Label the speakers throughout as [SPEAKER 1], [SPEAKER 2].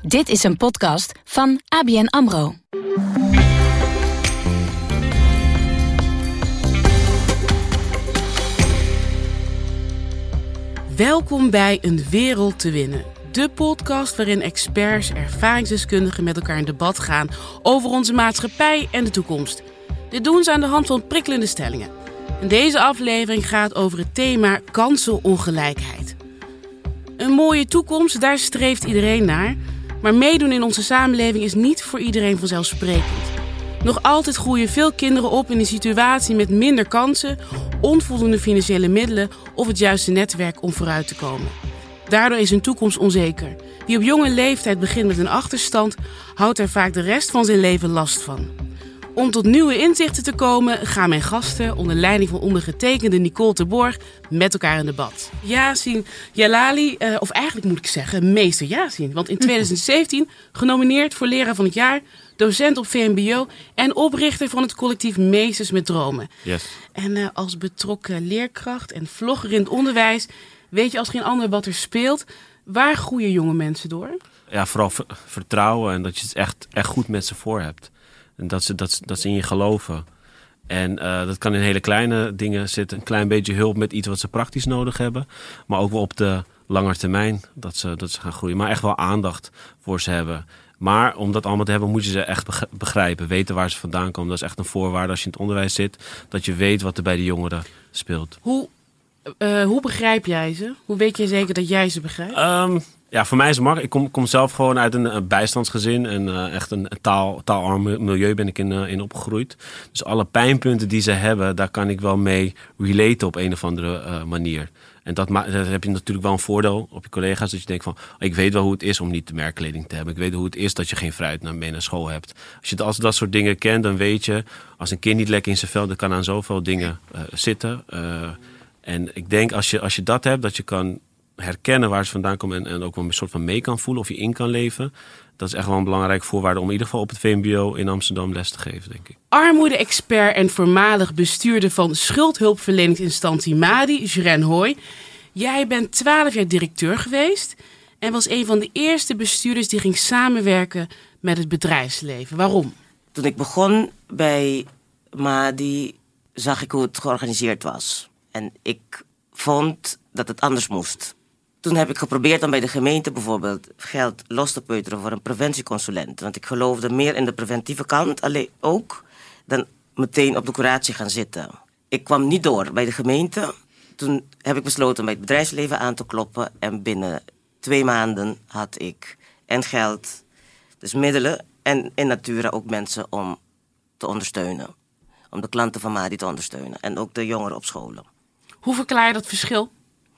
[SPEAKER 1] Dit is een podcast van ABN AMRO.
[SPEAKER 2] Welkom bij Een Wereld te Winnen. De podcast waarin experts, ervaringsdeskundigen met elkaar in debat gaan over onze maatschappij en de toekomst. Dit doen ze aan de hand van prikkelende stellingen. En deze aflevering gaat over het thema kansenongelijkheid. Een mooie toekomst, daar streeft iedereen naar. Maar meedoen in onze samenleving is niet voor iedereen vanzelfsprekend. Nog altijd groeien veel kinderen op in een situatie met minder kansen, onvoldoende financiële middelen of het juiste netwerk om vooruit te komen. Daardoor is hun toekomst onzeker. Wie op jonge leeftijd begint met een achterstand, houdt er vaak de rest van zijn leven last van. Om tot nieuwe inzichten te komen, gaan mijn gasten onder leiding van ondergetekende Nicole Terborg met elkaar in debat. Yasin Jalali, of eigenlijk moet ik zeggen meester Yasin, want in 2017 genomineerd voor leraar van het jaar, docent op VMBO en oprichter van het collectief Meesters met Dromen.
[SPEAKER 3] Yes.
[SPEAKER 2] En als betrokken leerkracht en vlogger in het onderwijs weet je als geen ander wat er speelt. Waar groeien jonge mensen door?
[SPEAKER 3] Ja, vooral vertrouwen en dat je het echt goed met ze voor hebt. En dat ze in je geloven. En dat kan in hele kleine dingen zitten. Een klein beetje hulp met iets wat ze praktisch nodig hebben. Maar ook wel op de lange termijn dat ze gaan groeien. Maar echt wel aandacht voor ze hebben. Maar om dat allemaal te hebben moet je ze echt begrijpen. Weten waar ze vandaan komen. Dat is echt een voorwaarde als je in het onderwijs zit. Dat je weet wat er bij de jongeren speelt.
[SPEAKER 2] Hoe begrijp jij ze? Hoe weet je zeker dat jij ze begrijpt?
[SPEAKER 3] Ja, voor mij is het makkelijk. Ik kom zelf gewoon uit een bijstandsgezin. En echt een taalarm milieu ben ik in opgegroeid. Dus alle pijnpunten die ze hebben, daar kan ik wel mee relaten op een of andere manier. En dat heb je natuurlijk wel een voordeel op je collega's. Dat je denkt van, ik weet wel hoe het is om niet de merkkleding te hebben. Ik weet hoe het is dat je geen fruit mee naar school hebt. Als je dat soort dingen kent, dan weet je, als een kind niet lekker in zijn vel, dan kan aan zoveel dingen zitten. En ik denk als je dat hebt, dat je kan herkennen waar ze vandaan komen en ook wel een soort van mee kan voelen of je in kan leven. Dat is echt wel een belangrijke voorwaarde om in ieder geval op het VMBO in Amsterdam les te geven, denk ik.
[SPEAKER 2] Armoede-expert en voormalig bestuurder van schuldhulpverleningsinstantie MADI, Jeren Hooy. Jij bent 12 jaar directeur geweest en was een van de eerste bestuurders die ging samenwerken met het bedrijfsleven. Waarom?
[SPEAKER 4] Toen ik begon bij MADI zag ik hoe het georganiseerd was. En ik vond dat het anders moest. Toen heb ik geprobeerd om bij de gemeente bijvoorbeeld geld los te peuteren voor een preventieconsulent. Want ik geloofde meer in de preventieve kant alleen ook dan meteen op de curatie gaan zitten. Ik kwam niet door bij de gemeente. Toen heb ik besloten om bij het bedrijfsleven aan te kloppen. En binnen 2 maanden had ik en geld, dus middelen en in natura ook mensen om te ondersteunen. Om de klanten van MADI te ondersteunen en ook de jongeren op scholen.
[SPEAKER 2] Hoe verklaar je dat verschil?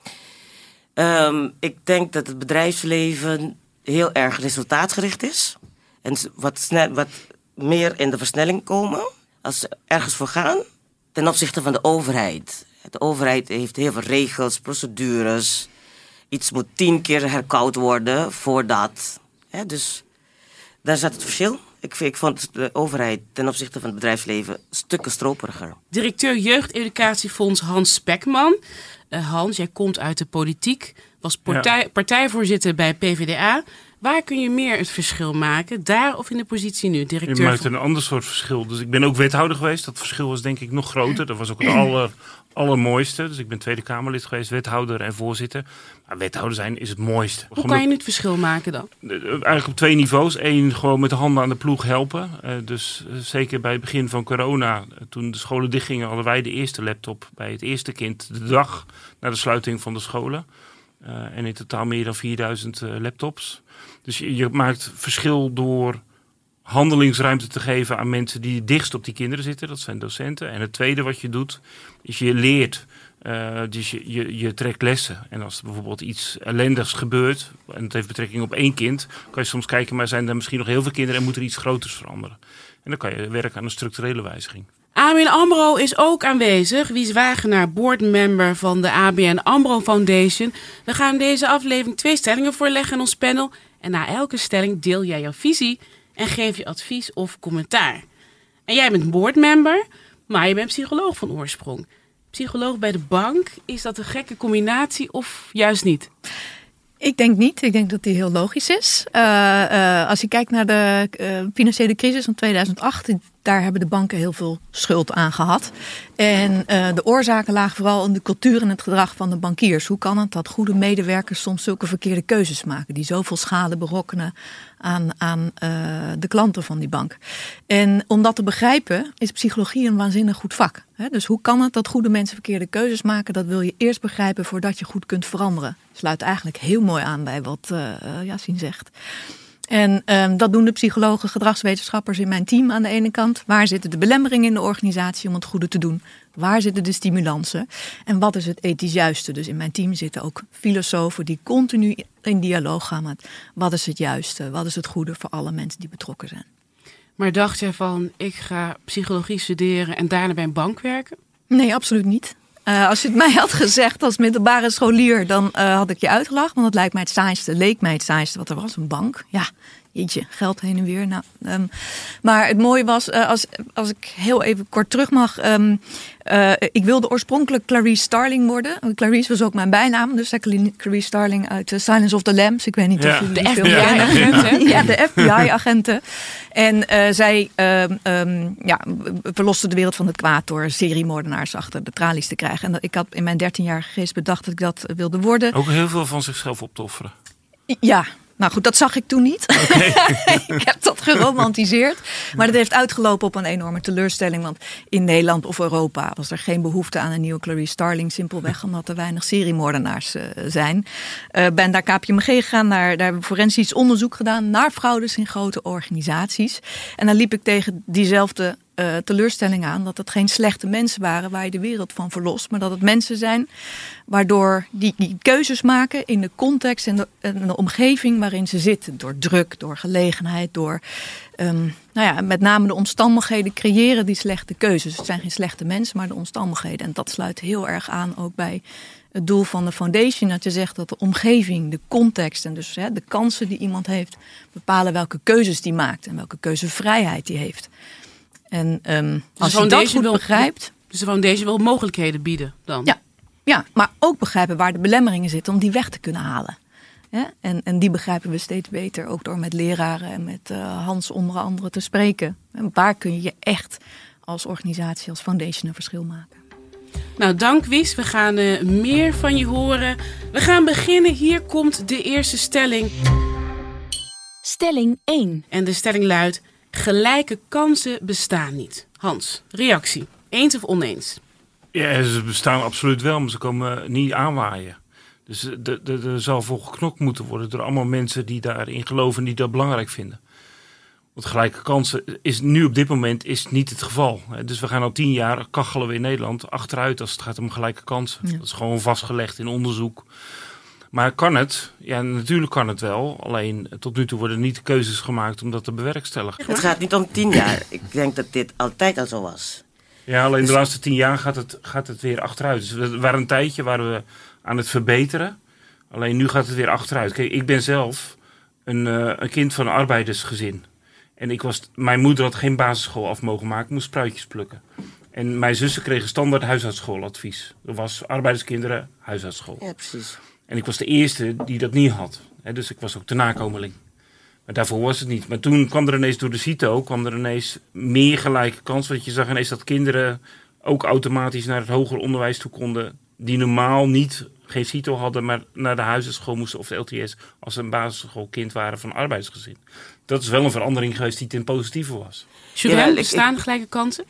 [SPEAKER 4] Ik denk dat het bedrijfsleven heel erg resultaatgericht is. En wat meer in de versnelling komen als ze ergens voor gaan ten opzichte van de overheid. De overheid heeft heel veel regels, procedures. Iets moet 10 keer herkoud worden voordat. Dus daar zat het verschil. Ik vond de overheid ten opzichte van het bedrijfsleven stukken stroperiger.
[SPEAKER 2] Directeur Jeugdeducatiefonds Hans Spekman. Hans, jij komt uit de politiek, was partijvoorzitter bij PvdA. Waar kun je meer het verschil maken? Daar of in de positie nu, directeur?
[SPEAKER 5] Je maakt een ander soort verschil. Dus ik ben ook wethouder geweest. Dat verschil was denk ik nog groter. Dat was ook het allermooiste. Dus ik ben Tweede Kamerlid geweest, wethouder en voorzitter. Maar wethouder zijn is het mooiste.
[SPEAKER 2] Hoe kan je nu het verschil maken dan?
[SPEAKER 5] Eigenlijk op 2 niveaus. 1, gewoon met de handen aan de ploeg helpen. Dus zeker bij het begin van corona, toen de scholen dichtgingen, hadden wij de eerste laptop bij het eerste kind de dag na de sluiting van de scholen. En in totaal meer dan 4000 laptops. Dus je maakt verschil door handelingsruimte te geven aan mensen die het dichtst op die kinderen zitten. Dat zijn docenten. En het tweede wat je doet, is je leert. Dus je trekt lessen. En als er bijvoorbeeld iets ellendigs gebeurt, en het heeft betrekking op 1 kind, kan je soms kijken, maar zijn er misschien nog heel veel kinderen en moet er iets groters veranderen. En dan kan je werken aan een structurele wijziging.
[SPEAKER 2] ABN AMRO is ook aanwezig. Wies Wagenaar, boardmember van de ABN AMRO Foundation. We gaan in deze aflevering 2 stellingen voorleggen aan ons panel. En na elke stelling deel jij jouw visie en geef je advies of commentaar. En jij bent boardmember, maar je bent psycholoog van oorsprong. Psycholoog bij de bank, is dat een gekke combinatie of juist niet?
[SPEAKER 6] Ik denk niet. Ik denk dat die heel logisch is. Als je kijkt naar de financiële crisis van 2008... daar hebben de banken heel veel schuld aan gehad. En de oorzaken lagen vooral in de cultuur en het gedrag van de bankiers. Hoe kan het dat goede medewerkers soms zulke verkeerde keuzes maken... die zoveel schade berokkenen aan de klanten van die bank? En om dat te begrijpen is psychologie een waanzinnig goed vak. Dus hoe kan het dat goede mensen verkeerde keuzes maken? Dat wil je eerst begrijpen voordat je goed kunt veranderen. Sluit eigenlijk heel mooi aan bij wat Yassine zegt. En dat doen de psychologen, gedragswetenschappers in mijn team aan de ene kant. Waar zitten de belemmeringen in de organisatie om het goede te doen? Waar zitten de stimulansen? En wat is het ethisch juiste? Dus in mijn team zitten ook filosofen die continu in dialoog gaan met... wat is het juiste, wat is het goede voor alle mensen die betrokken zijn.
[SPEAKER 2] Maar dacht jij van, ik ga psychologie studeren en daarna bij een bank werken?
[SPEAKER 6] Nee, absoluut niet. Als je het mij had gezegd als middelbare scholier, dan had ik je uitgelachen. Want het leek mij het saaiste wat er was, een bank. Ja, jeetje, geld heen en weer. Nou, maar het mooie was, als ik heel even kort terug mag... ik wilde oorspronkelijk Clarice Starling worden. Clarice was ook mijn bijnaam. Dus Clarice Starling uit Silence of the Lambs. Ik weet niet of jullie
[SPEAKER 2] de
[SPEAKER 6] die film
[SPEAKER 2] FBI-agenten.
[SPEAKER 6] Ja, de FBI-agenten. En zij verloste de wereld van het kwaad door seriemoordenaars achter de tralies te krijgen. En ik had in mijn 13-jarige geest bedacht dat ik dat wilde worden.
[SPEAKER 5] Ook heel veel van zichzelf op te offeren.
[SPEAKER 6] Ja. Nou goed, dat zag ik toen niet. Okay. Ik heb dat geromantiseerd. Maar dat heeft uitgelopen op een enorme teleurstelling. Want in Nederland of Europa was er geen behoefte aan een nieuwe Clarice Starling. Simpelweg omdat er weinig seriemoordenaars zijn. Ben naar KPMG gegaan. Daar hebben we forensisch onderzoek gedaan naar fraudes in grote organisaties. En dan liep ik tegen diezelfde teleurstelling aan. Dat het geen slechte mensen waren waar je de wereld van verlost. Maar dat het mensen zijn waardoor die keuzes maken in de context en de omgeving waarin ze zitten. Door druk, door gelegenheid, door met name de omstandigheden creëren die slechte keuzes. Het zijn geen slechte mensen, maar de omstandigheden. En dat sluit heel erg aan ook bij het doel van de foundation. Dat je zegt dat de omgeving, de context en dus de kansen die iemand heeft bepalen welke keuzes die maakt en welke keuzevrijheid die heeft. En als je dat goed begrijpt...
[SPEAKER 2] Dus de foundation wil mogelijkheden bieden dan?
[SPEAKER 6] Ja, maar ook begrijpen waar de belemmeringen zitten om die weg te kunnen halen. Ja? En die begrijpen we steeds beter, ook door met leraren en met Hans onder andere te spreken. En waar kun je echt als organisatie, als foundation een verschil maken?
[SPEAKER 2] Nou, dank Wies. We gaan meer van je horen. We gaan beginnen. Hier komt de eerste stelling.
[SPEAKER 1] Stelling 1.
[SPEAKER 2] En de stelling luidt: gelijke kansen bestaan niet. Hans, reactie. Eens of oneens?
[SPEAKER 5] Ja, ze bestaan absoluut wel, maar ze komen niet aanwaaien. Dus er zal voor geknokt moeten worden door allemaal mensen die daarin geloven en die dat belangrijk vinden. Want gelijke kansen is nu op dit moment niet het geval. Dus we gaan al 10 jaar, kachelen we in Nederland achteruit als het gaat om gelijke kansen. Ja. Dat is gewoon vastgelegd in onderzoek. Maar kan het? Ja, natuurlijk kan het wel. Alleen tot nu toe worden niet keuzes gemaakt om dat te bewerkstelligen.
[SPEAKER 4] Het gaat niet om 10 jaar. Ik denk dat dit altijd al zo was.
[SPEAKER 5] Ja, alleen de laatste 10 jaar gaat het weer achteruit. Dus we waren een tijdje we aan het verbeteren. Alleen nu gaat het weer achteruit. Kijk, ik ben zelf een kind van een arbeidersgezin. En mijn moeder had geen basisschool af mogen maken, moest spruitjes plukken. En mijn zussen kregen standaard huishoudsschooladvies. Er was arbeiderskinderen, huishoudschool.
[SPEAKER 4] Ja, precies.
[SPEAKER 5] En ik was de eerste die dat niet had. Dus ik was ook de nakomeling. Maar daarvoor was het niet. Maar toen kwam er ineens door de CITO meer gelijke kans. Want je zag ineens dat kinderen ook automatisch naar het hoger onderwijs toe konden. Die normaal geen CITO hadden, maar naar de huishoudschool moesten of de LTS als een basisschoolkind waren van arbeidersgezin. Dat is wel een verandering geweest die ten positieve was.
[SPEAKER 2] Jawel, bestaan gelijke kansen?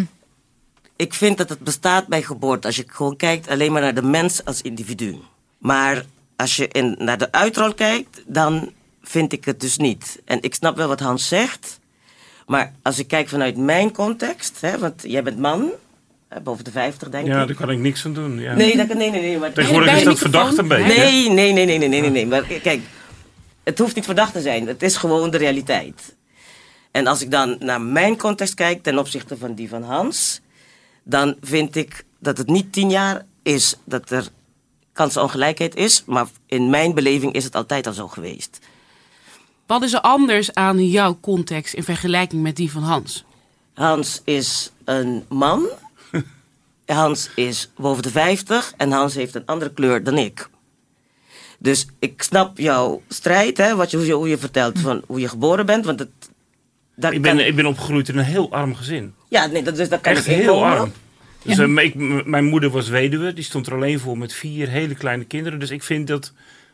[SPEAKER 4] Ik vind dat het bestaat bij geboorte. Als je gewoon kijkt alleen maar naar de mens als individu. Maar als je naar de uitrol kijkt, dan vind ik het dus niet. En ik snap wel wat Hans zegt. Maar als ik kijk vanuit mijn context, want jij bent man, boven de 50 denk ik.
[SPEAKER 5] Ja, daar kan ik niks aan doen. Ja.
[SPEAKER 4] Nee. Maar
[SPEAKER 5] tegenwoordig is dat verdacht een beetje.
[SPEAKER 4] Nee. Maar kijk, het hoeft niet verdacht te zijn. Het is gewoon de realiteit. En als ik dan naar mijn context kijk ten opzichte van die van Hans, dan vind ik dat het niet 10 jaar is dat er kansenongelijkheid is. Maar in mijn beleving is het altijd al zo geweest.
[SPEAKER 2] Wat is er anders aan jouw context in vergelijking met die van Hans?
[SPEAKER 4] Hans is een man. Hans is boven de 50 en Hans heeft een andere kleur dan ik. Dus ik snap jouw strijd, hè, hoe je vertelt van hoe je geboren bent. Want
[SPEAKER 5] ik ben opgegroeid in een heel arm gezin.
[SPEAKER 4] Ja, nee, dat kan
[SPEAKER 5] echt
[SPEAKER 4] ik
[SPEAKER 5] heel arm. Dus mijn moeder was weduwe, die stond er alleen voor met 4 hele kleine kinderen. Dus ik vind dat...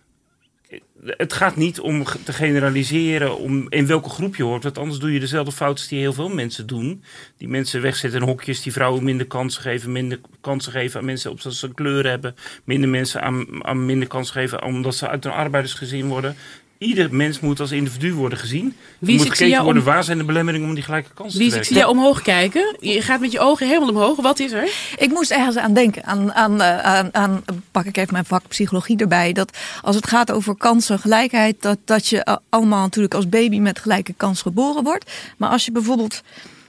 [SPEAKER 5] Het gaat niet om te generaliseren om in welke groep je hoort. Want anders doe je dezelfde fouten die heel veel mensen doen. Die mensen wegzetten in hokjes, die vrouwen minder kansen geven aan mensen omdat ze een kleur hebben. Minder mensen aan minder kansen geven omdat ze uit een arbeidersgezin worden. Ieder mens moet als individu worden gezien. Er moet gekeken worden, waar zijn de belemmeringen om die gelijke kansen te werken.
[SPEAKER 2] Ik zie jou omhoog kijken. Je gaat met je ogen helemaal omhoog. Wat is er?
[SPEAKER 6] Ik moest ergens aan denken. Aan pak ik even mijn vak psychologie erbij. Dat als het gaat over kansengelijkheid, dat je allemaal natuurlijk als baby met gelijke kans geboren wordt. Maar als je bijvoorbeeld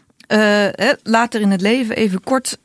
[SPEAKER 6] later in het leven even kort.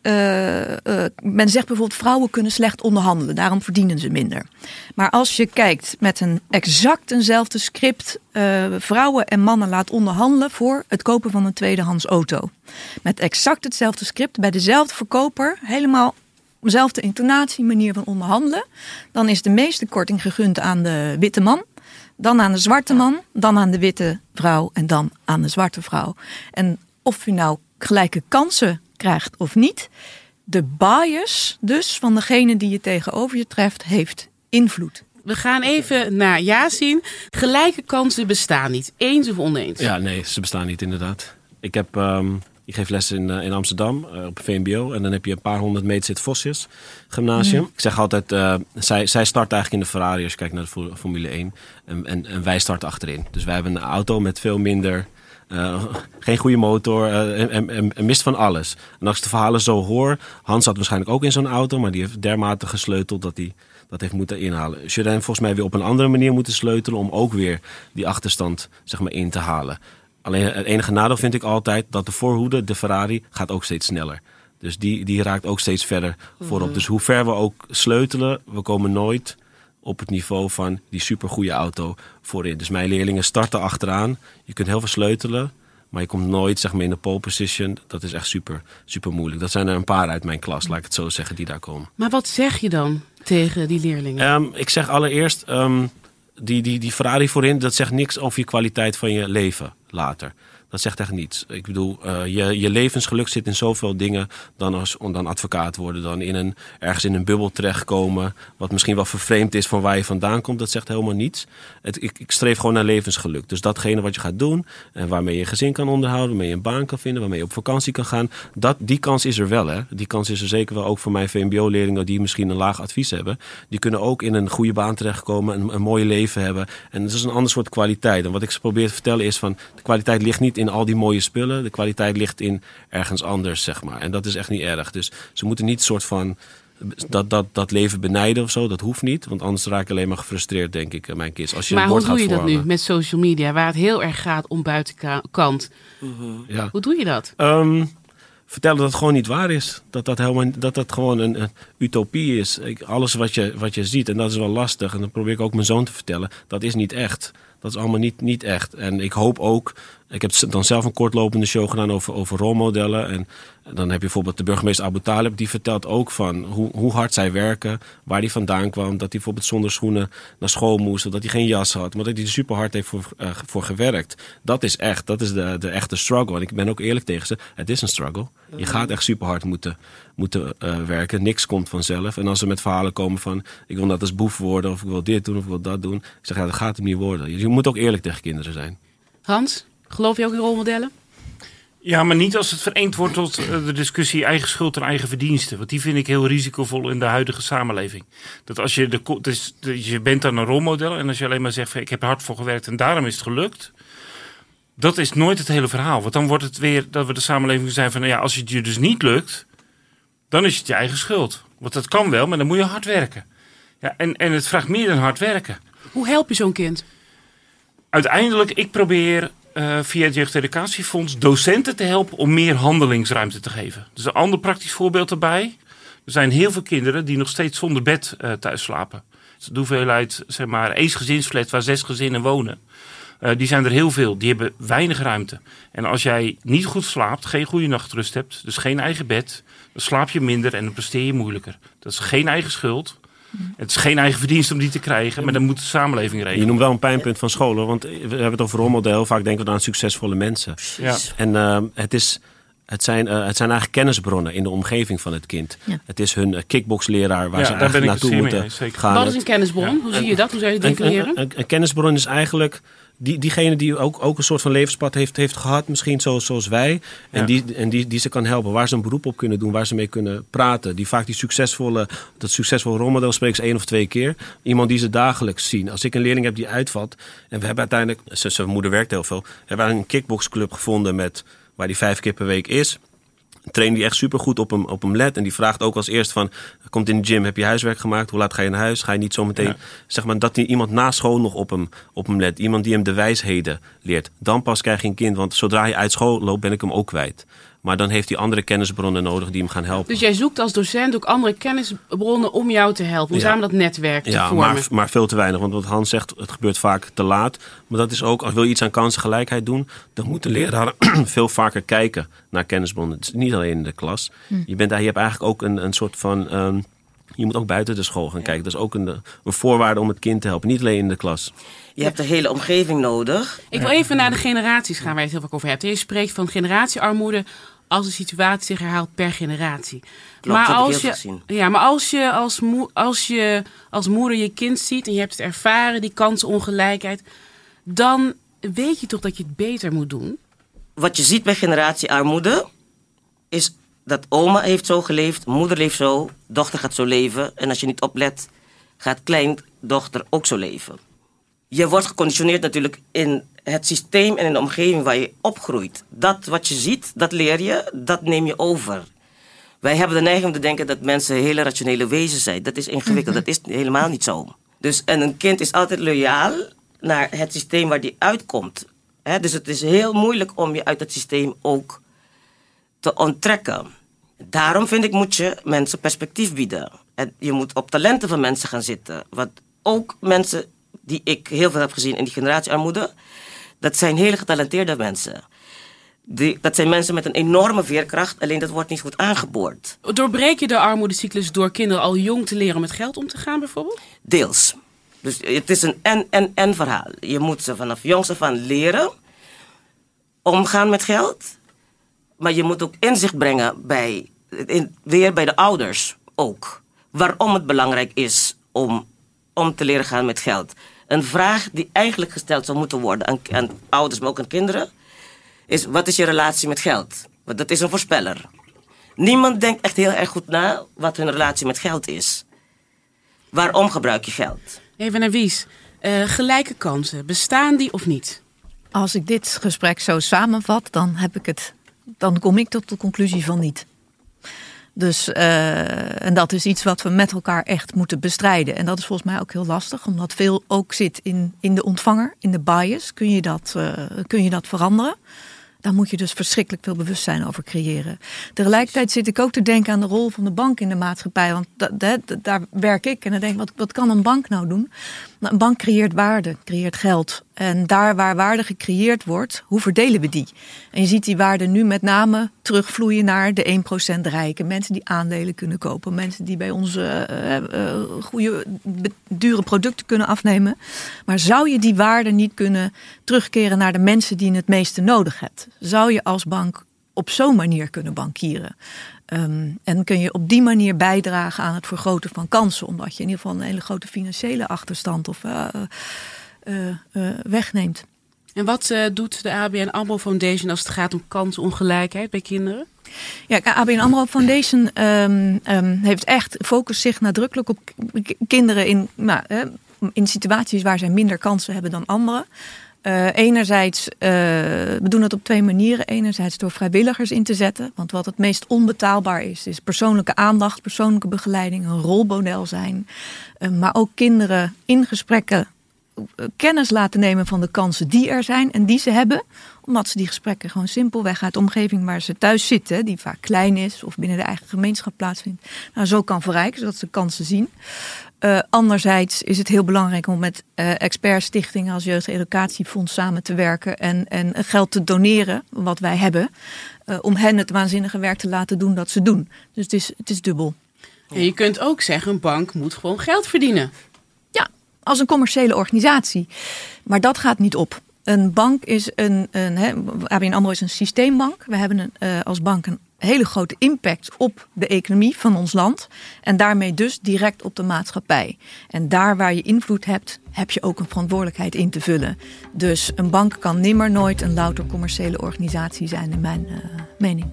[SPEAKER 6] Men zegt bijvoorbeeld vrouwen kunnen slecht onderhandelen. Daarom verdienen ze minder. Maar als je kijkt met een exact eenzelfde script. Vrouwen en mannen laat onderhandelen voor het kopen van een tweedehands auto. Met exact hetzelfde script. Bij dezelfde verkoper. Helemaal dezelfde intonatie, manier van onderhandelen. Dan is de meeste korting gegund aan de witte man. Dan aan de zwarte man. Dan aan de witte vrouw. En dan aan de zwarte vrouw. En of je nou gelijke kansen krijgt of niet. De bias dus van degene die je tegenover je treft heeft invloed.
[SPEAKER 2] We gaan even naar Yasin. Gelijke kansen bestaan niet. Eens of oneens?
[SPEAKER 3] Ja, nee, ze bestaan niet inderdaad. Ik geef les in Amsterdam op VMBO. En dan heb je een paar 100 meter zit Vosjes gymnasium. Ik zeg altijd, zij start eigenlijk in de Ferrari als je kijkt naar de Formule 1. En wij starten achterin. Dus wij hebben een auto met veel minder... geen goede motor en mist van alles. En als ik de verhalen zo hoor... Hans zat waarschijnlijk ook in zo'n auto... maar die heeft dermate gesleuteld dat hij dat heeft moeten inhalen. Dus je dan volgens mij weer op een andere manier moeten sleutelen... om ook weer die achterstand zeg maar, in te halen. Alleen het enige nadeel vind ik altijd... dat de voorhoede, de Ferrari, gaat ook steeds sneller. Dus die raakt ook steeds verder voorop. Dus hoe ver we ook sleutelen... we komen nooit... op het niveau van die supergoeie auto voorin. Dus mijn leerlingen starten achteraan. Je kunt heel veel sleutelen, maar je komt nooit zeg maar, in de pole position. Dat is echt super, super moeilijk. Dat zijn er een paar uit mijn klas, laat ik het zo zeggen, die daar komen.
[SPEAKER 2] Maar wat zeg je dan tegen die leerlingen?
[SPEAKER 3] Ik zeg allereerst, die Ferrari voorin, dat zegt niks over je kwaliteit van je leven later. Dat zegt echt niets. Ik bedoel, je levensgeluk zit in zoveel dingen dan advocaat worden. Dan ergens in een bubbel terechtkomen. Wat misschien wel vervreemd is van waar je vandaan komt. Dat zegt helemaal niets. Ik streef gewoon naar levensgeluk. Dus datgene wat je gaat doen. En waarmee je een gezin kan onderhouden. Waarmee je een baan kan vinden. Waarmee je op vakantie kan gaan. Die kans is er wel. Hè? Die kans is er zeker wel ook voor mijn VMBO-leerlingen. Die misschien een laag advies hebben. Die kunnen ook in een goede baan terechtkomen. Een mooie leven hebben. En dat is een ander soort kwaliteit. En wat ik ze probeer te vertellen is van. De kwaliteit ligt niet in al die mooie spullen. De kwaliteit ligt in ergens anders, zeg maar. En dat is echt niet erg. Dus ze moeten niet soort van dat leven benijden of zo. Dat hoeft niet. Want anders raak ik alleen maar gefrustreerd, denk ik, mijn kids. Als je
[SPEAKER 2] maar
[SPEAKER 3] een bord
[SPEAKER 2] hoe doe je
[SPEAKER 3] gaat
[SPEAKER 2] dat nu met social media, waar het heel erg gaat om buitenkant?
[SPEAKER 3] Ja.
[SPEAKER 2] Hoe doe je dat?
[SPEAKER 3] Vertellen dat het gewoon niet waar is. Dat gewoon een utopie is. Alles wat je ziet, en dat is wel lastig. En dat probeer ik ook mijn zoon te vertellen. Dat is niet echt. Dat is allemaal niet echt. En ik hoop ook... Ik heb dan zelf een kortlopende show gedaan over rolmodellen. En dan heb je bijvoorbeeld de burgemeester Abu Talib. Die vertelt ook van hoe hard zij werken. Waar hij vandaan kwam. Dat hij bijvoorbeeld zonder schoenen naar school moest. Of dat hij geen jas had. Maar dat hij er super hard heeft voor gewerkt. Dat is echt. Dat is de echte struggle. En ik ben ook eerlijk tegen ze. Het is een struggle. Je gaat echt super hard moeten werken. Niks komt vanzelf. En als ze met verhalen komen van... Ik wil net als boef worden. Of ik wil dit doen. Of ik wil dat doen. Ik zeg, ja, dat gaat hem niet worden. Je moet ook eerlijk tegen kinderen zijn.
[SPEAKER 2] Hans, geloof je ook in rolmodellen?
[SPEAKER 5] Ja, maar niet als het vereend wordt tot de discussie eigen schuld en eigen verdiensten. Want die vind ik heel risicovol in de huidige samenleving. Dat als je je bent dan een rolmodel en als je alleen maar zegt... ik heb er hard voor gewerkt en daarom is het gelukt... Dat is nooit het hele verhaal. Want dan wordt het weer dat we de samenleving zijn van... ja, als het je dus niet lukt, dan is het je eigen schuld. Want dat kan wel, maar dan moet je hard werken. Ja, en het vraagt meer dan hard werken.
[SPEAKER 2] Hoe help je zo'n kind?
[SPEAKER 5] Uiteindelijk, ik probeer via het Jeugdeducatiefonds docenten te helpen om meer handelingsruimte te geven. Dus een ander praktisch voorbeeld erbij. Er zijn heel veel kinderen die nog steeds zonder bed thuis slapen. Dus de hoeveelheid, zeg maar, eensgezinsflat waar 6 gezinnen wonen. Die zijn er heel veel. Die hebben weinig ruimte. En als jij niet goed slaapt, geen goede nachtrust hebt, dus geen eigen bed, dan slaap je minder en dan presteer je moeilijker. Dat is geen eigen schuld. Het is geen eigen verdienste om die te krijgen, maar dan moet de samenleving regelen.
[SPEAKER 3] Je noemt wel een pijnpunt van scholen, want we hebben het over rolmodel. Vaak denken we aan succesvolle mensen.
[SPEAKER 5] Ja.
[SPEAKER 3] En het zijn eigenlijk kennisbronnen in de omgeving van het kind. Ja. Het is hun kickboxleraar waar ze eigenlijk naartoe moeten gaan.
[SPEAKER 2] Wat is een kennisbron? Hoe zie je dat? Hoe zou je het definiëren?
[SPEAKER 3] Een kennisbron is eigenlijk diegene die ook een soort van levenspad heeft gehad, misschien zoals wij. En die ze kan helpen, waar ze een beroep op kunnen doen, waar ze mee kunnen praten. Die vaak dat succesvolle rolmodel spreekt ze 1 of 2 keer. Iemand die ze dagelijks zien. Als ik een leerling heb die uitvalt, en we hebben uiteindelijk, zijn moeder werkt heel veel, hebben we een kickboxclub gevonden waar die 5 keer per week is. Een trainer die echt supergoed op hem let. En die vraagt ook als eerst van, komt in de gym, heb je huiswerk gemaakt? Hoe laat ga je naar huis? Ga je niet zo meteen, zeg maar, dat iemand na school nog op hem let. Iemand die hem de wijsheden leert. Dan pas krijg je een kind, want zodra je uit school loopt, ben ik hem ook kwijt. Maar dan heeft hij andere kennisbronnen nodig die hem gaan helpen.
[SPEAKER 2] Dus jij zoekt als docent ook andere kennisbronnen om jou te helpen. Om samen dat netwerk te vormen.
[SPEAKER 3] Maar veel te weinig. Want wat Hans zegt, het gebeurt vaak te laat. Maar dat is ook, als wil je iets aan kansengelijkheid doen, dan moet de leraar veel vaker kijken naar kennisbronnen. Het is niet alleen in de klas. Je hebt eigenlijk ook een soort van, je moet ook buiten de school gaan kijken. Dat is ook een voorwaarde om het kind te helpen. Niet alleen in de klas.
[SPEAKER 4] Je hebt de hele omgeving nodig.
[SPEAKER 2] Ik wil even naar de generaties gaan waar je het heel vaak over hebt. Je spreekt van generatiearmoede als de situatie zich herhaalt per generatie.
[SPEAKER 4] Klopt,
[SPEAKER 2] maar als je als moeder je kind ziet en je hebt het ervaren, die kansenongelijkheid, dan weet je toch dat je het beter moet doen?
[SPEAKER 4] Wat je ziet bij generatiearmoede is dat oma heeft zo geleefd, moeder leeft zo, dochter gaat zo leven. En als je niet oplet, gaat kleindochter ook zo leven. Je wordt geconditioneerd natuurlijk in het systeem en in de omgeving waar je opgroeit. Dat wat je ziet, dat leer je, dat neem je over. Wij hebben de neiging om te denken dat mensen hele rationele wezens zijn. Dat is ingewikkeld, dat is helemaal niet zo. En een kind is altijd loyaal naar het systeem waar die uitkomt. Dus het is heel moeilijk om je uit het systeem ook te onttrekken. Daarom vind ik, moet je mensen perspectief bieden. En je moet op talenten van mensen gaan zitten. Want ook mensen die ik heel veel heb gezien in die generatiearmoede, dat zijn hele getalenteerde mensen. Dat zijn mensen met een enorme veerkracht, alleen dat wordt niet goed aangeboord.
[SPEAKER 2] Doorbreek je de armoedecyclus door kinderen al jong te leren om met geld om te gaan bijvoorbeeld?
[SPEAKER 4] Deels. Dus het is een en verhaal. Je moet ze vanaf jongs af aan leren omgaan met geld. Maar je moet ook inzicht brengen weer bij de ouders ook. Waarom het belangrijk is om te leren gaan met geld. Een vraag die eigenlijk gesteld zou moeten worden aan ouders, maar ook aan kinderen, is: wat is je relatie met geld? Want dat is een voorspeller. Niemand denkt echt heel erg goed na wat hun relatie met geld is. Waarom gebruik je geld?
[SPEAKER 2] Even naar Wies. Gelijke kansen, bestaan die of niet?
[SPEAKER 6] Als ik dit gesprek zo samenvat, dan kom ik tot de conclusie van niet. Dus, en dat is iets wat we met elkaar echt moeten bestrijden. En dat is volgens mij ook heel lastig, omdat veel ook zit in de ontvanger, in de bias. Kun je dat veranderen? Daar moet je dus verschrikkelijk veel bewustzijn over creëren. Tegelijkertijd zit ik ook te denken aan de rol van de bank in de maatschappij. Want daar werk ik en dan denk ik, wat kan een bank nou doen? Nou, een bank creëert waarde, creëert geld. En daar waar waarde gecreëerd wordt, hoe verdelen we die? En je ziet die waarde nu met name terugvloeien naar de 1% rijken. Mensen die aandelen kunnen kopen. Mensen die bij ons goede, dure producten kunnen afnemen. Maar zou je die waarde niet kunnen terugkeren naar de mensen die het meeste nodig hebben? Zou je als bank op zo'n manier kunnen bankieren? En kun je op die manier bijdragen aan het vergroten van kansen. Omdat je in ieder geval een hele grote financiële achterstand wegneemt.
[SPEAKER 2] En wat doet de ABN AMRO Foundation als het gaat om kansenongelijkheid bij kinderen?
[SPEAKER 6] Ja, ABN AMRO Foundation heeft echt focust zich nadrukkelijk op kinderen in situaties waar zij minder kansen hebben dan anderen. Enerzijds, we doen het op 2 manieren. Enerzijds door vrijwilligers in te zetten. Want wat het meest onbetaalbaar is persoonlijke aandacht, persoonlijke begeleiding, een rolmodel zijn. Maar ook kinderen in gesprekken kennis laten nemen van de kansen die er zijn en die ze hebben. Omdat ze die gesprekken gewoon simpelweg uit de omgeving waar ze thuis zitten, die vaak klein is of binnen de eigen gemeenschap plaatsvindt, zo kan verrijken, zodat ze kansen zien. Anderzijds is het heel belangrijk om met expertstichtingen als Jeugdeducatiefonds samen te werken en geld te doneren, wat wij hebben, om hen het waanzinnige werk te laten doen dat ze doen. Dus het is dubbel.
[SPEAKER 2] En je kunt ook zeggen, een bank moet gewoon geld verdienen.
[SPEAKER 6] Ja, als een commerciële organisatie. Maar dat gaat niet op. Een bank is ABN AMRO is een systeembank. We hebben als bank een hele grote impact op de economie van ons land. En daarmee dus direct op de maatschappij. En daar waar je invloed hebt, heb je ook een verantwoordelijkheid in te vullen. Dus een bank kan nimmer nooit een louter commerciële organisatie zijn, in mijn mening.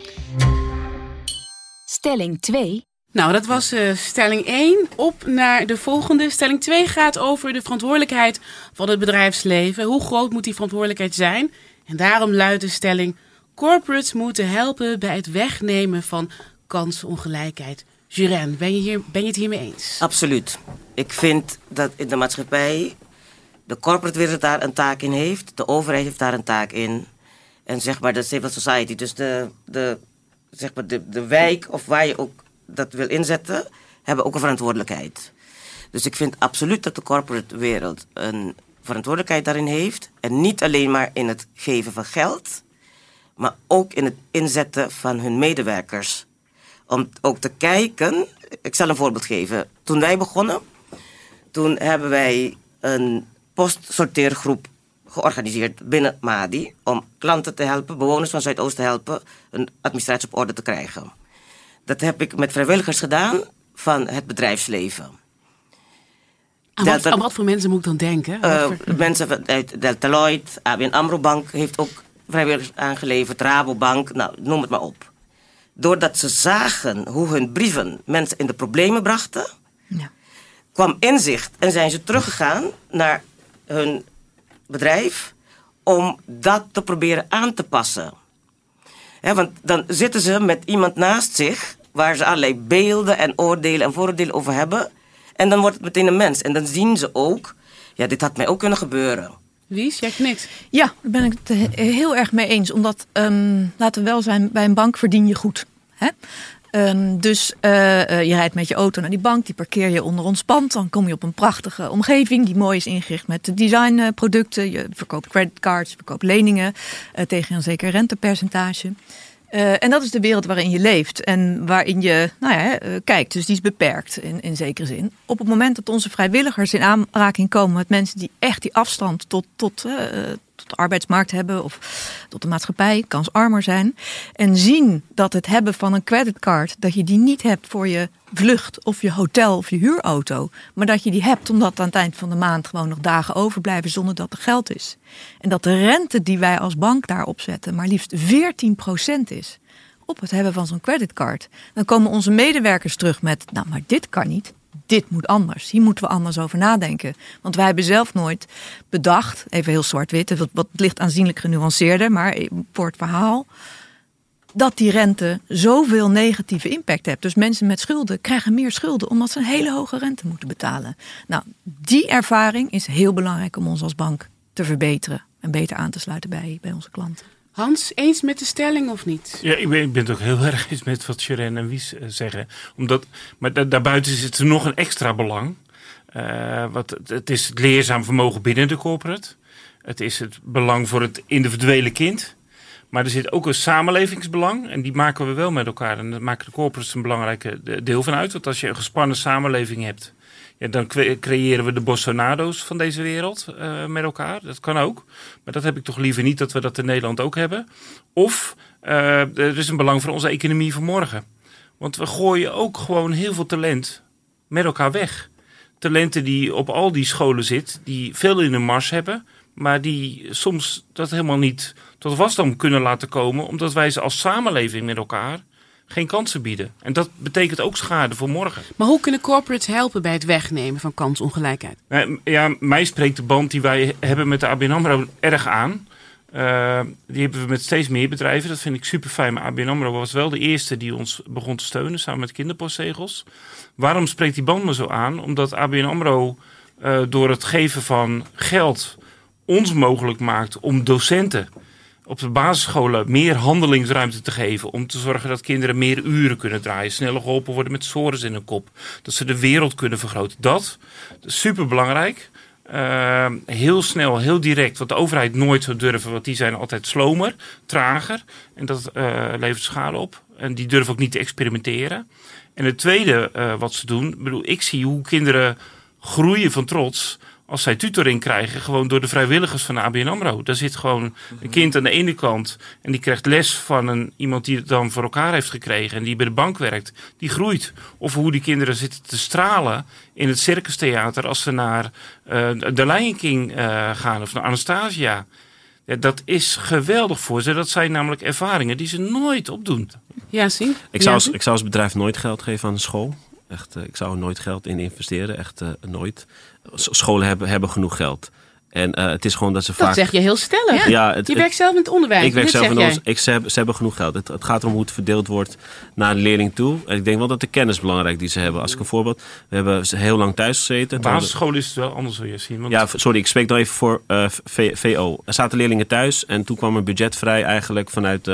[SPEAKER 1] Stelling 2.
[SPEAKER 2] Nou, dat was stelling 1. Op naar de volgende. Stelling 2 gaat over de verantwoordelijkheid van het bedrijfsleven. Hoe groot moet die verantwoordelijkheid zijn? En daarom luidt de stelling: corporates moeten helpen bij het wegnemen van kansenongelijkheid. Jurène, ben je het hiermee eens?
[SPEAKER 4] Absoluut. Ik vind dat in de maatschappij de corporate wereld daar een taak in heeft. De overheid heeft daar een taak in. En zeg maar de civil society, dus de wijk of waar je ook dat wil inzetten, hebben ook een verantwoordelijkheid. Dus ik vind absoluut dat de corporate wereld een verantwoordelijkheid daarin heeft. En niet alleen maar in het geven van geld, maar ook in het inzetten van hun medewerkers. Om ook te kijken, ik zal een voorbeeld geven. Toen wij begonnen, toen hebben wij een postsorteergroep georganiseerd binnen MADI om klanten te helpen, bewoners van Zuidoost te helpen, een administratie op orde te krijgen. Dat heb ik met vrijwilligers gedaan van het bedrijfsleven.
[SPEAKER 2] Aan wat voor mensen moet ik dan denken?
[SPEAKER 4] Mensen uit Deltaloid, ABN AMRO Bank heeft ook vrijwilligers aangeleverd, Rabobank, nou, noem het maar op. Doordat ze zagen hoe hun brieven mensen in de problemen brachten, kwam inzicht en zijn ze teruggegaan naar hun bedrijf om dat te proberen aan te passen. Want dan zitten ze met iemand naast zich waar ze allerlei beelden en oordelen en vooroordelen over hebben. En dan wordt het meteen een mens. En dan zien ze ook, ja, dit had mij ook kunnen gebeuren.
[SPEAKER 2] Wies, jij knikt.
[SPEAKER 6] Ja, daar ben ik het heel erg mee eens. Omdat, laten we wel zijn, bij een bank verdien je goed. Hè? Dus je rijdt met je auto naar die bank, die parkeer je onder ons pand. Dan kom je op een prachtige omgeving die mooi is ingericht met designproducten. Je verkoopt creditcards, je verkoopt leningen tegen een zeker rentepercentage. En dat is de wereld waarin je leeft en waarin je kijkt. Dus die is beperkt in zekere zin. Op het moment dat onze vrijwilligers in aanraking komen met mensen die echt die afstand tot de arbeidsmarkt hebben of tot de maatschappij, kansarmer zijn. En zien dat het hebben van een creditcard, dat je die niet hebt voor je vlucht of je hotel of je huurauto. Maar dat je die hebt omdat aan het eind van de maand gewoon nog dagen overblijven zonder dat er geld is. En dat de rente die wij als bank daar opzetten maar liefst 14% is op het hebben van zo'n creditcard. Dan komen onze medewerkers terug met, nou maar dit kan niet. Dit moet anders. Hier moeten we anders over nadenken. Want wij hebben zelf nooit bedacht, even heel zwart-wit, wat ligt aanzienlijk genuanceerder, maar voor het verhaal, dat die rente zoveel negatieve impact heeft. Dus mensen met schulden krijgen meer schulden omdat ze een hele hoge rente moeten betalen. Nou, die ervaring is heel belangrijk om ons als bank te verbeteren en beter aan te sluiten bij onze klanten.
[SPEAKER 2] Hans, eens met de stelling of niet?
[SPEAKER 5] Ja, ik ben het ook heel erg eens met wat Jurène en Wies zeggen. Maar daarbuiten zit er nog een extra belang. Het is het leerzaam vermogen binnen de corporate. Het is het belang voor het individuele kind. Maar er zit ook een samenlevingsbelang. En die maken we wel met elkaar. En daar maken de corporates een belangrijk deel van uit. Want als je een gespannen samenleving hebt, ja, dan creëren we de Bolsonaro's van deze wereld met elkaar. Dat kan ook. Maar dat heb ik toch liever niet dat we dat in Nederland ook hebben. Of er is een belang voor onze economie van morgen. Want we gooien ook gewoon heel veel talent met elkaar weg. Talenten die op al die scholen zitten, die veel in de mars hebben, maar die soms dat helemaal niet tot wasdom kunnen laten komen, omdat wij ze als samenleving met elkaar geen kansen bieden. En dat betekent ook schade voor morgen.
[SPEAKER 2] Maar hoe kunnen corporates helpen bij het wegnemen van kansongelijkheid?
[SPEAKER 5] Ja, mij spreekt de band die wij hebben met de ABN AMRO erg aan. Die hebben we met steeds meer bedrijven. Dat vind ik super fijn. Maar ABN AMRO was wel de eerste die ons begon te steunen, samen met kinderpostzegels. Waarom spreekt die band me zo aan? Omdat ABN AMRO door het geven van geld ons mogelijk maakt om docenten op de basisscholen meer handelingsruimte te geven. Om te zorgen dat kinderen meer uren kunnen draaien. Sneller geholpen worden met sores in hun kop. Dat ze de wereld kunnen vergroten. Dat is super belangrijk. Heel snel, heel direct. Wat de overheid nooit zou durven. Want die zijn altijd slomer, trager. En dat levert schade op. En die durven ook niet te experimenteren. En het tweede wat ze doen, ik zie hoe kinderen groeien van trots als zij tutoring krijgen, gewoon door de vrijwilligers van de ABN AMRO. Daar zit gewoon een kind aan de ene kant en die krijgt les van iemand die het dan voor elkaar heeft gekregen en die bij de bank werkt. Die groeit. Of hoe die kinderen zitten te stralen in het circustheater als ze naar de Lion King gaan of naar Anastasia. Ja, dat is geweldig voor ze. Dat zijn namelijk ervaringen die ze nooit opdoen.
[SPEAKER 2] Ja, zie.
[SPEAKER 3] Ik zou als bedrijf nooit geld geven aan de school. Echt, ik zou er nooit geld in investeren. Echt nooit. Scholen hebben genoeg geld. En het is gewoon dat ze vaak...
[SPEAKER 2] Dat zeg je heel stellig.
[SPEAKER 3] Ja,
[SPEAKER 2] je werkt zelf in het onderwijs.
[SPEAKER 3] Ik werk zelf in het ze hebben genoeg geld. Het gaat erom hoe het verdeeld wordt naar de leerling toe. En ik denk wel dat de kennis belangrijk die ze hebben. Als ik een voorbeeld... We hebben heel lang thuis gezeten.
[SPEAKER 5] Op basisschool is het wel anders, wil je zien. Want...
[SPEAKER 3] Ja, sorry, ik spreek nog even voor VO. Er zaten leerlingen thuis en toen kwam er budget vrij eigenlijk vanuit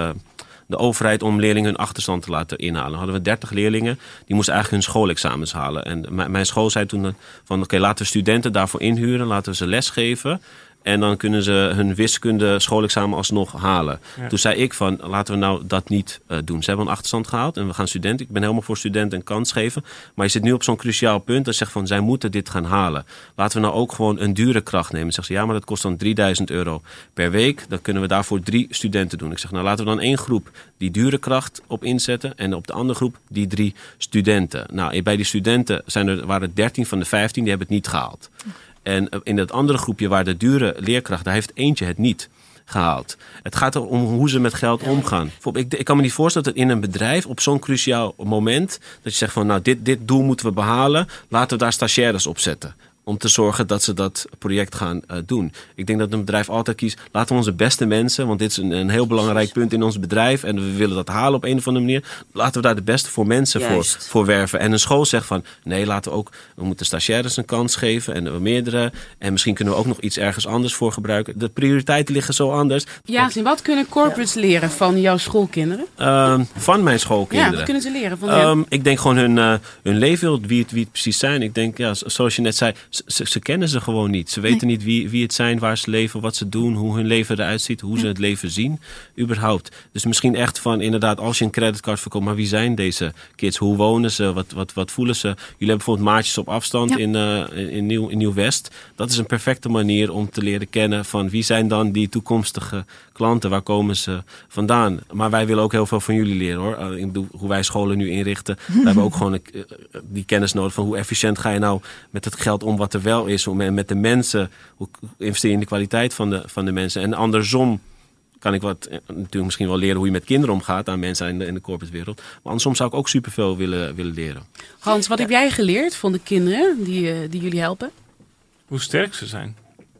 [SPEAKER 3] de overheid om leerlingen hun achterstand te laten inhalen. Dan hadden we 30 leerlingen, die moesten eigenlijk hun schoolexamens halen. En mijn school zei toen van oké, laten we studenten daarvoor inhuren, laten we ze lesgeven. En dan kunnen ze hun wiskunde schoolexamen alsnog halen. Ja. Toen zei ik van, laten we nou dat niet doen. Ze hebben een achterstand gehaald en we gaan studenten. Ik ben helemaal voor studenten een kans geven. Maar je zit nu op zo'n cruciaal punt dat je zegt van, zij moeten dit gaan halen. Laten we nou ook gewoon een dure kracht nemen. Zeggen ze, ja, maar dat kost dan €3000 per week. Dan kunnen we daarvoor 3 studenten doen. Ik zeg, nou laten we dan 1 groep die dure kracht op inzetten. En op de andere groep die 3 studenten. Nou, bij die studenten waren 13 van de 15, die hebben het niet gehaald. En in dat andere groepje waar de dure leerkracht, daar heeft eentje het niet gehaald. Het gaat erom hoe ze met geld omgaan. Ik kan me niet voorstellen dat in een bedrijf op zo'n cruciaal moment, dat je zegt van nou dit doel moeten we behalen, laten we daar stagiaires op zetten. Om te zorgen dat ze dat project gaan doen. Ik denk dat een bedrijf altijd kiest, laten we onze beste mensen, want dit is een heel belangrijk punt in ons bedrijf en we willen dat halen op een of andere manier. Laten we daar de beste voor mensen voor werven. En een school zegt van, nee, we moeten stagiaires een kans geven en meerdere. En misschien kunnen we ook nog iets ergens anders voor gebruiken. De prioriteiten liggen zo anders.
[SPEAKER 2] Ja, wat kunnen corporates leren van jouw schoolkinderen?
[SPEAKER 3] Van mijn schoolkinderen?
[SPEAKER 2] Ja, wat kunnen ze leren van hen?
[SPEAKER 3] Ik denk gewoon hun leven, wie het precies zijn. Ik denk, ja, zoals je net zei, ze kennen ze gewoon niet. Ze weten niet wie het zijn, waar ze leven, wat ze doen, hoe hun leven eruit ziet, hoe ze het leven zien, überhaupt. Dus misschien echt van, inderdaad, als je een creditcard verkoopt, maar wie zijn deze kids? Hoe wonen ze? Wat voelen ze? Jullie hebben bijvoorbeeld maatjes op afstand in Nieuw-West. Dat is een perfecte manier om te leren kennen van wie zijn dan die toekomstige klanten? Waar komen ze vandaan? Maar wij willen ook heel veel van jullie leren, hoor. Ik bedoel, hoe wij scholen nu inrichten. We hebben ook gewoon die kennis nodig van hoe efficiënt ga je nou met het geld om wat er wel is, met de mensen, hoe investeer je in de kwaliteit van de mensen. En andersom kan ik natuurlijk misschien wel leren hoe je met kinderen omgaat aan mensen in de corporate wereld. Maar andersom zou ik ook superveel willen leren.
[SPEAKER 2] Hans, wat heb jij geleerd van de kinderen die jullie helpen?
[SPEAKER 5] Hoe sterk ze zijn.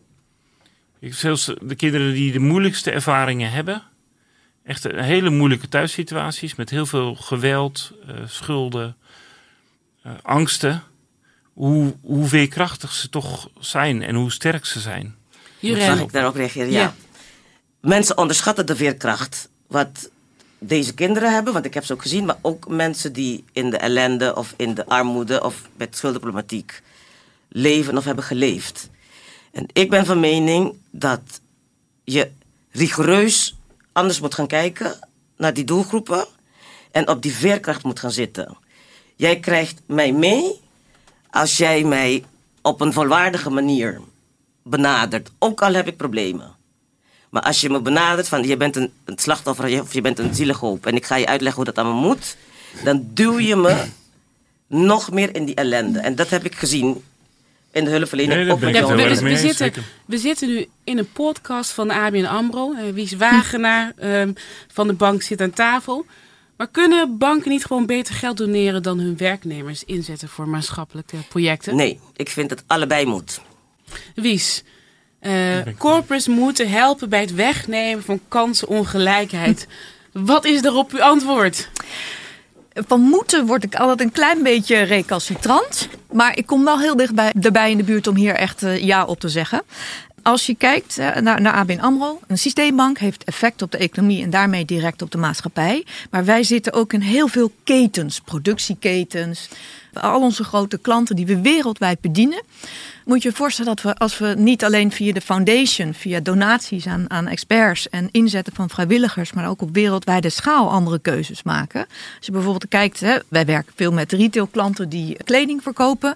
[SPEAKER 5] Zelfs de kinderen die de moeilijkste ervaringen hebben, echt hele moeilijke thuissituaties met heel veel geweld, schulden, angsten. Hoe veerkrachtig ze toch zijn en hoe sterk ze zijn.
[SPEAKER 4] Mag ik daarop reageren? Ja. Mensen onderschatten de veerkracht wat deze kinderen hebben, want ik heb ze ook gezien, maar ook mensen die in de ellende of in de armoede of met schuldenproblematiek leven of hebben geleefd. En ik ben van mening dat je rigoureus anders moet gaan kijken naar die doelgroepen en op die veerkracht moet gaan zitten. Jij krijgt mij mee als jij mij op een volwaardige manier benadert, ook al heb ik problemen. Maar als je me benadert van je bent een slachtoffer of je bent een zielenhoop en ik ga je uitleggen hoe dat allemaal moet, dan duw je me nog meer in die ellende. En dat heb ik gezien in de hulpverlening.
[SPEAKER 2] We zitten nu in een podcast van de ABN AMRO. Wies Wagenaar van de bank zit aan tafel. Maar kunnen banken niet gewoon beter geld doneren dan hun werknemers inzetten voor maatschappelijke projecten?
[SPEAKER 4] Nee, ik vind dat allebei moet.
[SPEAKER 2] Wies, corporates moeten helpen bij het wegnemen van kansenongelijkheid. Wat is daarop uw antwoord?
[SPEAKER 6] Van moeten word ik altijd een klein beetje recalcitrant. Maar ik kom wel heel dichtbij in de buurt om hier echt ja op te zeggen. Als je kijkt naar ABN AMRO, een systeembank heeft effect op de economie en daarmee direct op de maatschappij. Maar wij zitten ook in heel veel ketens, productieketens, al onze grote klanten die we wereldwijd bedienen. Moet je je voorstellen dat we, als we niet alleen via de foundation, via donaties aan experts en inzetten van vrijwilligers, maar ook op wereldwijde schaal andere keuzes maken. Als je bijvoorbeeld kijkt, wij werken veel met retailklanten die kleding verkopen.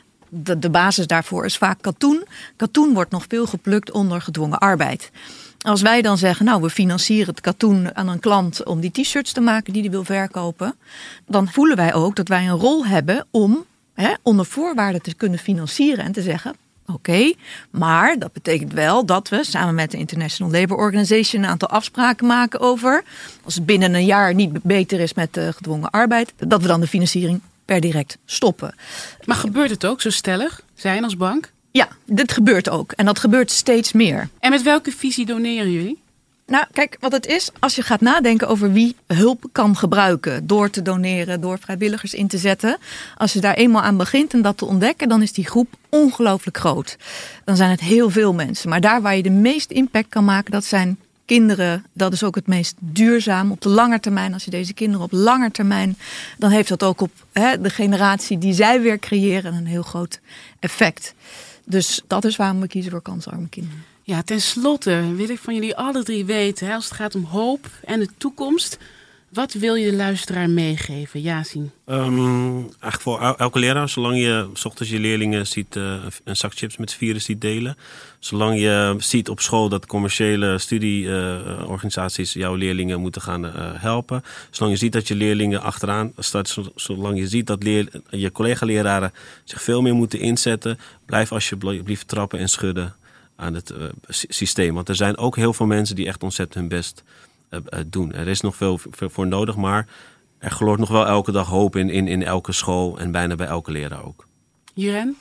[SPEAKER 6] De basis daarvoor is vaak katoen. Katoen wordt nog veel geplukt onder gedwongen arbeid. Als wij dan zeggen, we financieren het katoen aan een klant om die t-shirts te maken die wil verkopen, dan voelen wij ook dat wij een rol hebben om onder voorwaarden te kunnen financieren en te zeggen, oké, maar dat betekent wel dat we samen met de International Labour Organization een aantal afspraken maken over, als het binnen een jaar niet beter is met de gedwongen arbeid, dat we dan de financiering per direct stoppen.
[SPEAKER 2] Maar gebeurt het ook zo stellig, zijn als bank?
[SPEAKER 6] Ja, dit gebeurt ook. En dat gebeurt steeds meer.
[SPEAKER 2] En met welke visie doneren jullie?
[SPEAKER 6] Nou, kijk, wat het is, als je gaat nadenken over wie hulp kan gebruiken door te doneren, door vrijwilligers in te zetten. Als je daar eenmaal aan begint en dat te ontdekken, dan is die groep ongelooflijk groot. Dan zijn het heel veel mensen. Maar daar waar je de meeste impact kan maken, dat zijn kinderen. Dat is ook het meest duurzaam op de lange termijn. Als je deze kinderen op lange termijn, dan heeft dat ook op de generatie die zij weer creëren een heel groot effect. Dus dat is waarom we kiezen voor kansarme kinderen.
[SPEAKER 2] Ja, tenslotte wil ik van jullie alle drie weten, als het gaat om hoop en de toekomst, wat wil je de luisteraar meegeven? Yasin?
[SPEAKER 3] Eigenlijk voor elke leraar, zolang je 's ochtends je leerlingen ziet een zak chips met 4 ziet delen. Zolang je ziet op school dat commerciële studieorganisaties jouw leerlingen moeten gaan helpen. Zolang je ziet dat je leerlingen achteraan starten. Zolang je ziet dat je collega-leraren zich veel meer moeten inzetten. Blijf alsjeblieft trappen en schudden aan het systeem. Want er zijn ook heel veel mensen die echt ontzettend hun best doen. Er is nog veel voor nodig, maar er gloort nog wel elke dag hoop in elke school en bijna bij elke leraar ook.
[SPEAKER 2] Juren?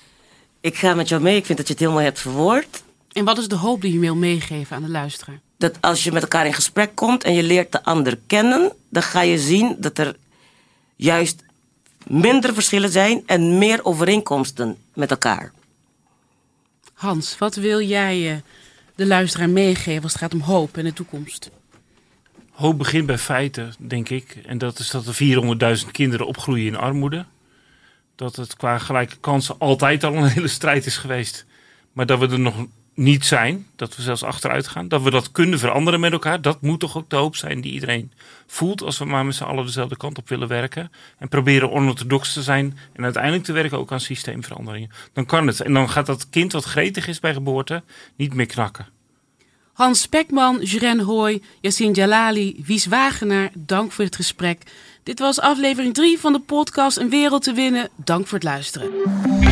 [SPEAKER 4] Ik ga met jou mee. Ik vind dat je het heel mooi hebt verwoord.
[SPEAKER 2] En wat is de hoop die je wil meegeven aan de luisteraar?
[SPEAKER 4] Dat als je met elkaar in gesprek komt en je leert de ander kennen, dan ga je zien dat er juist minder verschillen zijn en meer overeenkomsten met elkaar.
[SPEAKER 2] Hans, wat wil jij de luisteraar meegeven als het gaat om hoop en de toekomst?
[SPEAKER 5] Hoop begint bij feiten, denk ik. En dat is dat er 400.000 kinderen opgroeien in armoede. Dat het qua gelijke kansen altijd al een hele strijd is geweest. Maar dat we er nog niet zijn. Dat we zelfs achteruit gaan. Dat we dat kunnen veranderen met elkaar. Dat moet toch ook de hoop zijn die iedereen voelt. Als we maar met z'n allen dezelfde kant op willen werken. En proberen onorthodox te zijn. En uiteindelijk te werken ook aan systeemveranderingen. Dan kan het. En dan gaat dat kind wat gretig is bij geboorte niet meer knakken.
[SPEAKER 2] Hans Spekman, Juren Hooy, Yasin Jalali, Wies Wagenaar, dank voor het gesprek. Dit was aflevering 3 van de podcast Een Wereld te Winnen. Dank voor het luisteren.